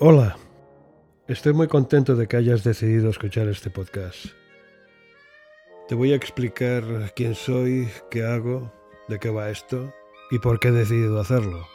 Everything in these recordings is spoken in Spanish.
Hola, estoy muy contento de que hayas decidido escuchar este podcast. Te voy a explicar quién soy, qué hago, de qué va esto y por qué he decidido hacerlo.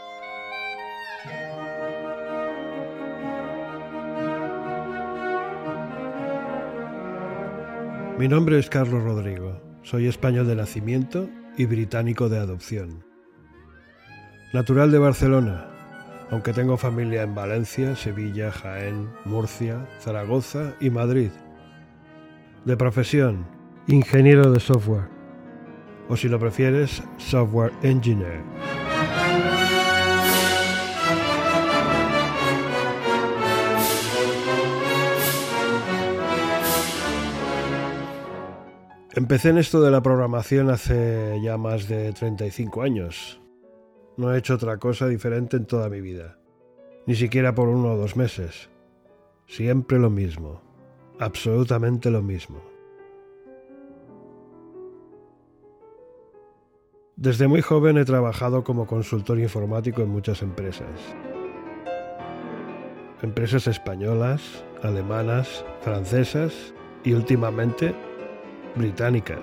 Mi nombre es Carlos Rodrigo, soy español de nacimiento y británico de adopción. Natural de Barcelona, aunque tengo familia en Valencia, Sevilla, Jaén, Murcia, Zaragoza y Madrid. De profesión, ingeniero de software, o si lo prefieres, software engineer. Empecé en esto de la programación hace ya más de 35 años. No he hecho otra cosa diferente en toda mi vida, ni siquiera por 1 o 2 meses. Siempre lo mismo, absolutamente lo mismo. Desde muy joven he trabajado como consultor informático en muchas empresas. Empresas españolas, alemanas, francesas y últimamente británicas.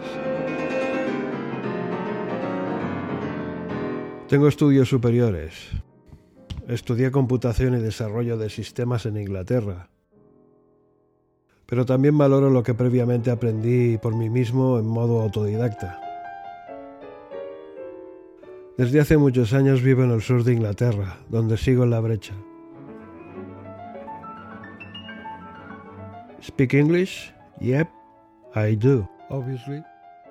Tengo estudios superiores. Estudié computación y desarrollo de sistemas en Inglaterra. Pero también valoro lo que previamente aprendí por mí mismo en modo autodidacta. Desde hace muchos años vivo en el sur de Inglaterra, donde sigo en la brecha. Speak English? Yep, I do, obviously.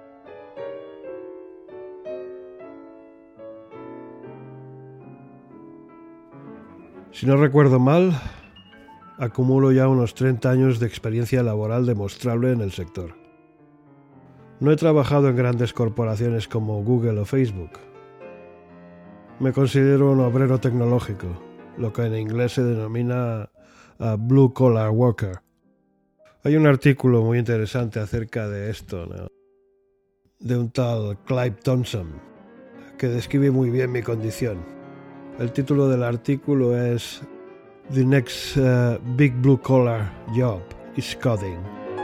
Si no recuerdo mal, acumulo ya unos 30 años de experiencia laboral demostrable en el sector. No he trabajado en grandes corporaciones como Google o Facebook. Me considero un obrero tecnológico, lo que en inglés se denomina blue collar worker. Hay un artículo muy interesante acerca de esto, ¿no?, de un tal Clive Thompson, que describe muy bien mi condición. El título del artículo es The Next Big Blue Collar Job is Coding.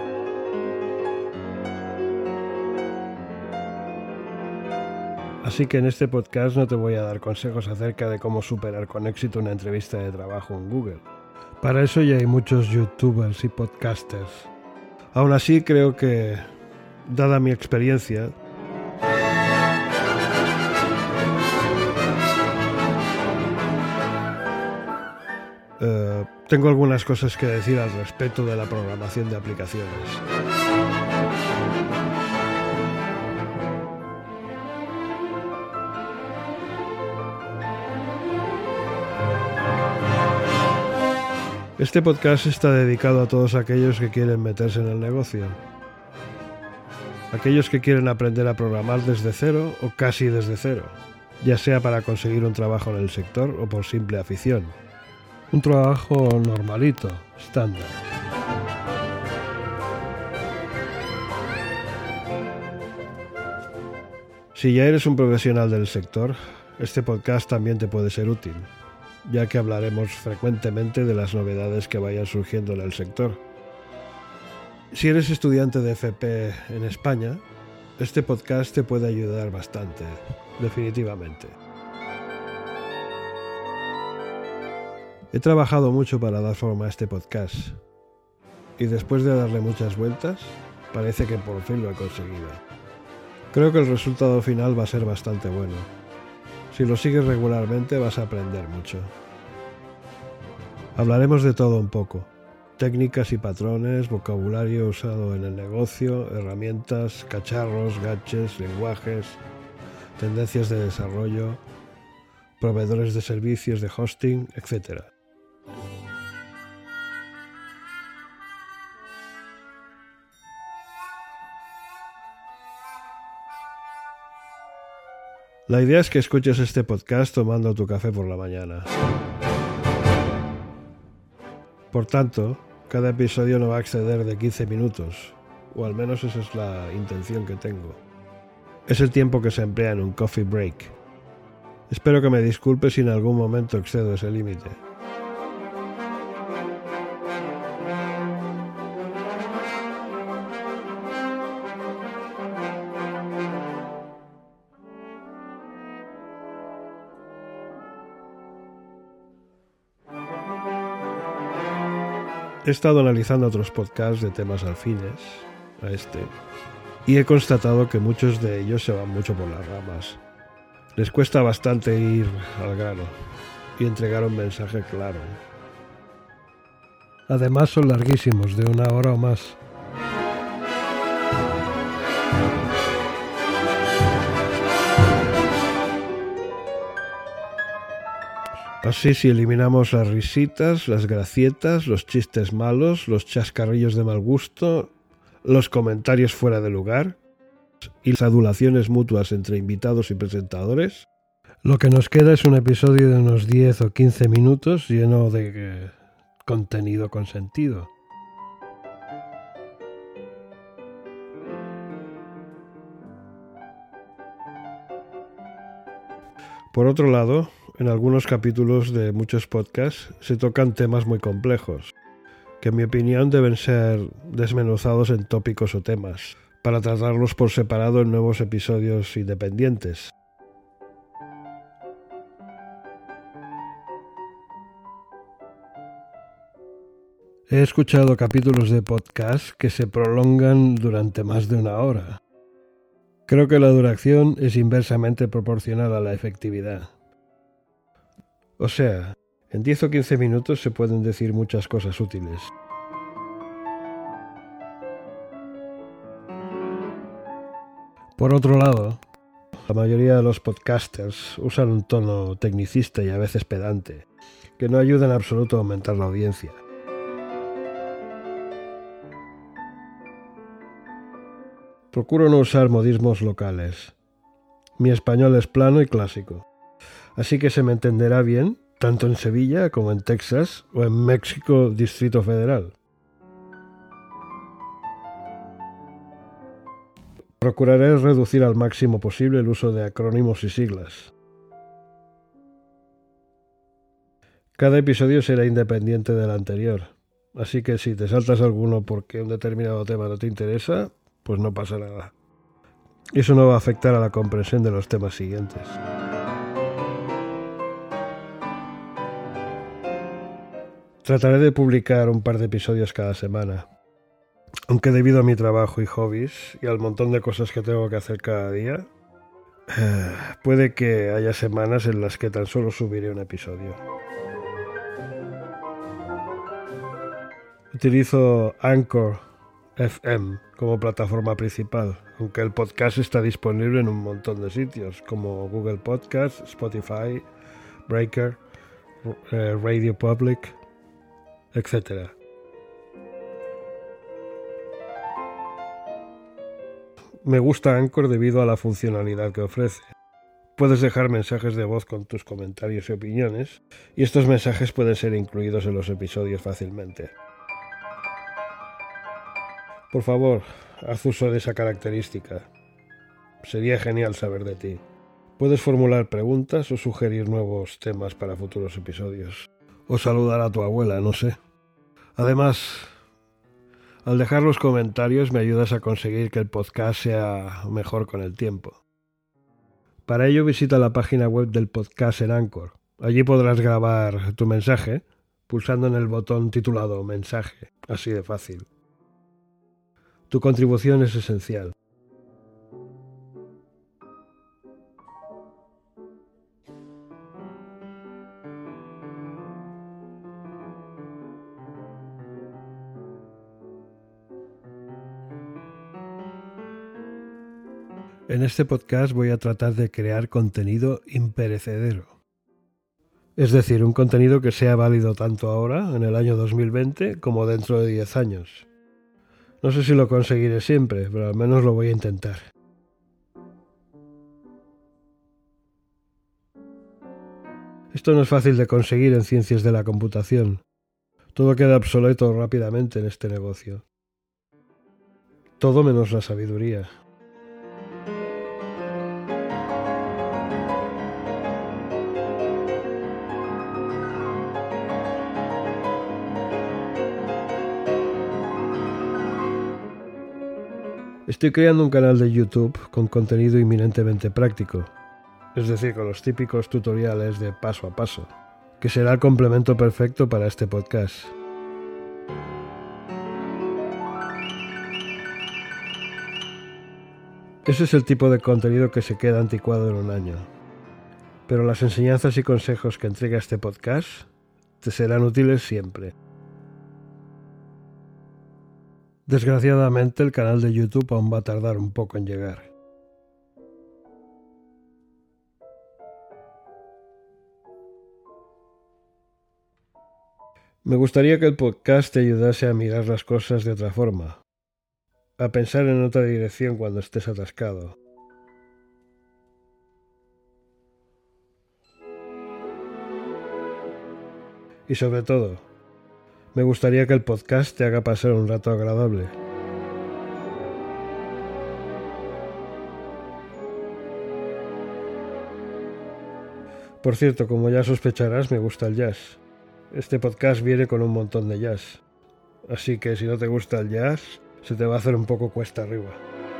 Así que en este podcast no te voy a dar consejos acerca de cómo superar con éxito una entrevista de trabajo en Google. Para eso ya hay muchos youtubers y podcasters. Aún así creo que, dada mi experiencia, tengo algunas cosas que decir al respecto de la programación de aplicaciones. Este podcast está dedicado a todos aquellos que quieren meterse en el negocio. Aquellos que quieren aprender a programar desde cero o casi desde cero, ya sea para conseguir un trabajo en el sector o por simple afición. Un trabajo normalito, estándar. Si ya eres un profesional del sector, este podcast también te puede ser útil, ya que hablaremos frecuentemente de las novedades que vayan surgiendo en el sector. Si eres estudiante de FP en España, este podcast te puede ayudar bastante, definitivamente. He trabajado mucho para dar forma a este podcast y después de darle muchas vueltas, parece que por fin lo he conseguido. Creo que el resultado final va a ser bastante bueno. Si lo sigues regularmente vas a aprender mucho. Hablaremos de todo un poco: técnicas y patrones, vocabulario usado en el negocio, herramientas, cacharros, gadgets, lenguajes, tendencias de desarrollo, proveedores de servicios de hosting, etc. La idea es que escuches este podcast tomando tu café por la mañana. Por tanto, cada episodio no va a exceder de 15 minutos, o al menos esa es la intención que tengo. Es el tiempo que se emplea en un coffee break. Espero que me disculpes si en algún momento excedo ese límite. He estado analizando otros podcasts de temas afines a este y he constatado que muchos de ellos se van mucho por las ramas. Les cuesta bastante ir al grano y entregar un mensaje claro. Además son larguísimos, de 1 hora o más. Así, si eliminamos las risitas, las gracietas, los chistes malos, los chascarrillos de mal gusto, los comentarios fuera de lugar y las adulaciones mutuas entre invitados y presentadores, lo que nos queda es un episodio de unos 10 o 15 minutos lleno de contenido con sentido. Por otro lado, en algunos capítulos de muchos podcasts se tocan temas muy complejos, que en mi opinión deben ser desmenuzados en tópicos o temas, para tratarlos por separado en nuevos episodios independientes. He escuchado capítulos de podcast que se prolongan durante más de 1 hora. Creo que la duración es inversamente proporcional a la efectividad. O sea, en 10 o 15 minutos se pueden decir muchas cosas útiles. Por otro lado, la mayoría de los podcasters usan un tono tecnicista y a veces pedante, que no ayuda en absoluto a aumentar la audiencia. Procuro no usar modismos locales. Mi español es plano y clásico, así que se me entenderá bien tanto en Sevilla como en Texas o en México, Distrito Federal. Procuraré reducir al máximo posible el uso de acrónimos y siglas. Cada episodio será independiente del anterior, así que si te saltas alguno porque un determinado tema no te interesa, pues no pasa nada. Eso no va a afectar a la comprensión de los temas siguientes. Trataré de publicar un par de episodios cada semana, aunque debido a mi trabajo y hobbies y al montón de cosas que tengo que hacer cada día, puede que haya semanas en las que tan solo subiré un episodio. Utilizo Anchor FM como plataforma principal, aunque el podcast está disponible en un montón de sitios como Google Podcast, Spotify, Breaker, Radio Public, etc. Me gusta Anchor debido a la funcionalidad que ofrece. Puedes dejar mensajes de voz con tus comentarios y opiniones, y estos mensajes pueden ser incluidos en los episodios fácilmente. Por favor, haz uso de esa característica. Sería genial saber de ti. Puedes formular preguntas o sugerir nuevos temas para futuros episodios. O saludar a tu abuela, no sé. Además, al dejar los comentarios me ayudas a conseguir que el podcast sea mejor con el tiempo. Para ello visita la página web del podcast en Anchor. Allí podrás grabar tu mensaje pulsando en el botón titulado Mensaje. Así de fácil. Tu contribución es esencial. En este podcast voy a tratar de crear contenido imperecedero. Es decir, un contenido que sea válido tanto ahora, en el año 2020, como dentro de 10 años. No sé si lo conseguiré siempre, pero al menos lo voy a intentar. Esto no es fácil de conseguir en ciencias de la computación. Todo queda obsoleto rápidamente en este negocio. Todo menos la sabiduría. Estoy creando un canal de YouTube con contenido inminentemente práctico, es decir, con los típicos tutoriales de paso a paso, que será el complemento perfecto para este podcast. Ese es el tipo de contenido que se queda anticuado en un año. Pero las enseñanzas y consejos que entrega este podcast te serán útiles siempre. Desgraciadamente, el canal de YouTube aún va a tardar un poco en llegar. Me gustaría que el podcast te ayudase a mirar las cosas de otra forma, a pensar en otra dirección cuando estés atascado. Y sobre todo, me gustaría que el podcast te haga pasar un rato agradable. Por cierto, como ya sospecharás, me gusta el jazz. Este podcast viene con un montón de jazz. Así que si no te gusta el jazz, se te va a hacer un poco cuesta arriba.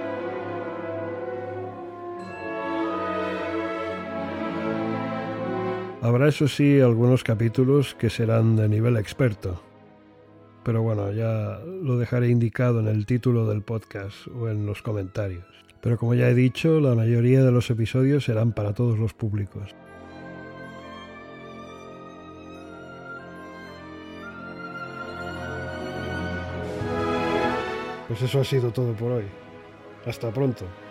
Habrá, eso sí, algunos capítulos que serán de nivel experto. Pero bueno, ya lo dejaré indicado en el título del podcast o en los comentarios. Pero como ya he dicho, la mayoría de los episodios serán para todos los públicos. Pues eso ha sido todo por hoy. Hasta pronto.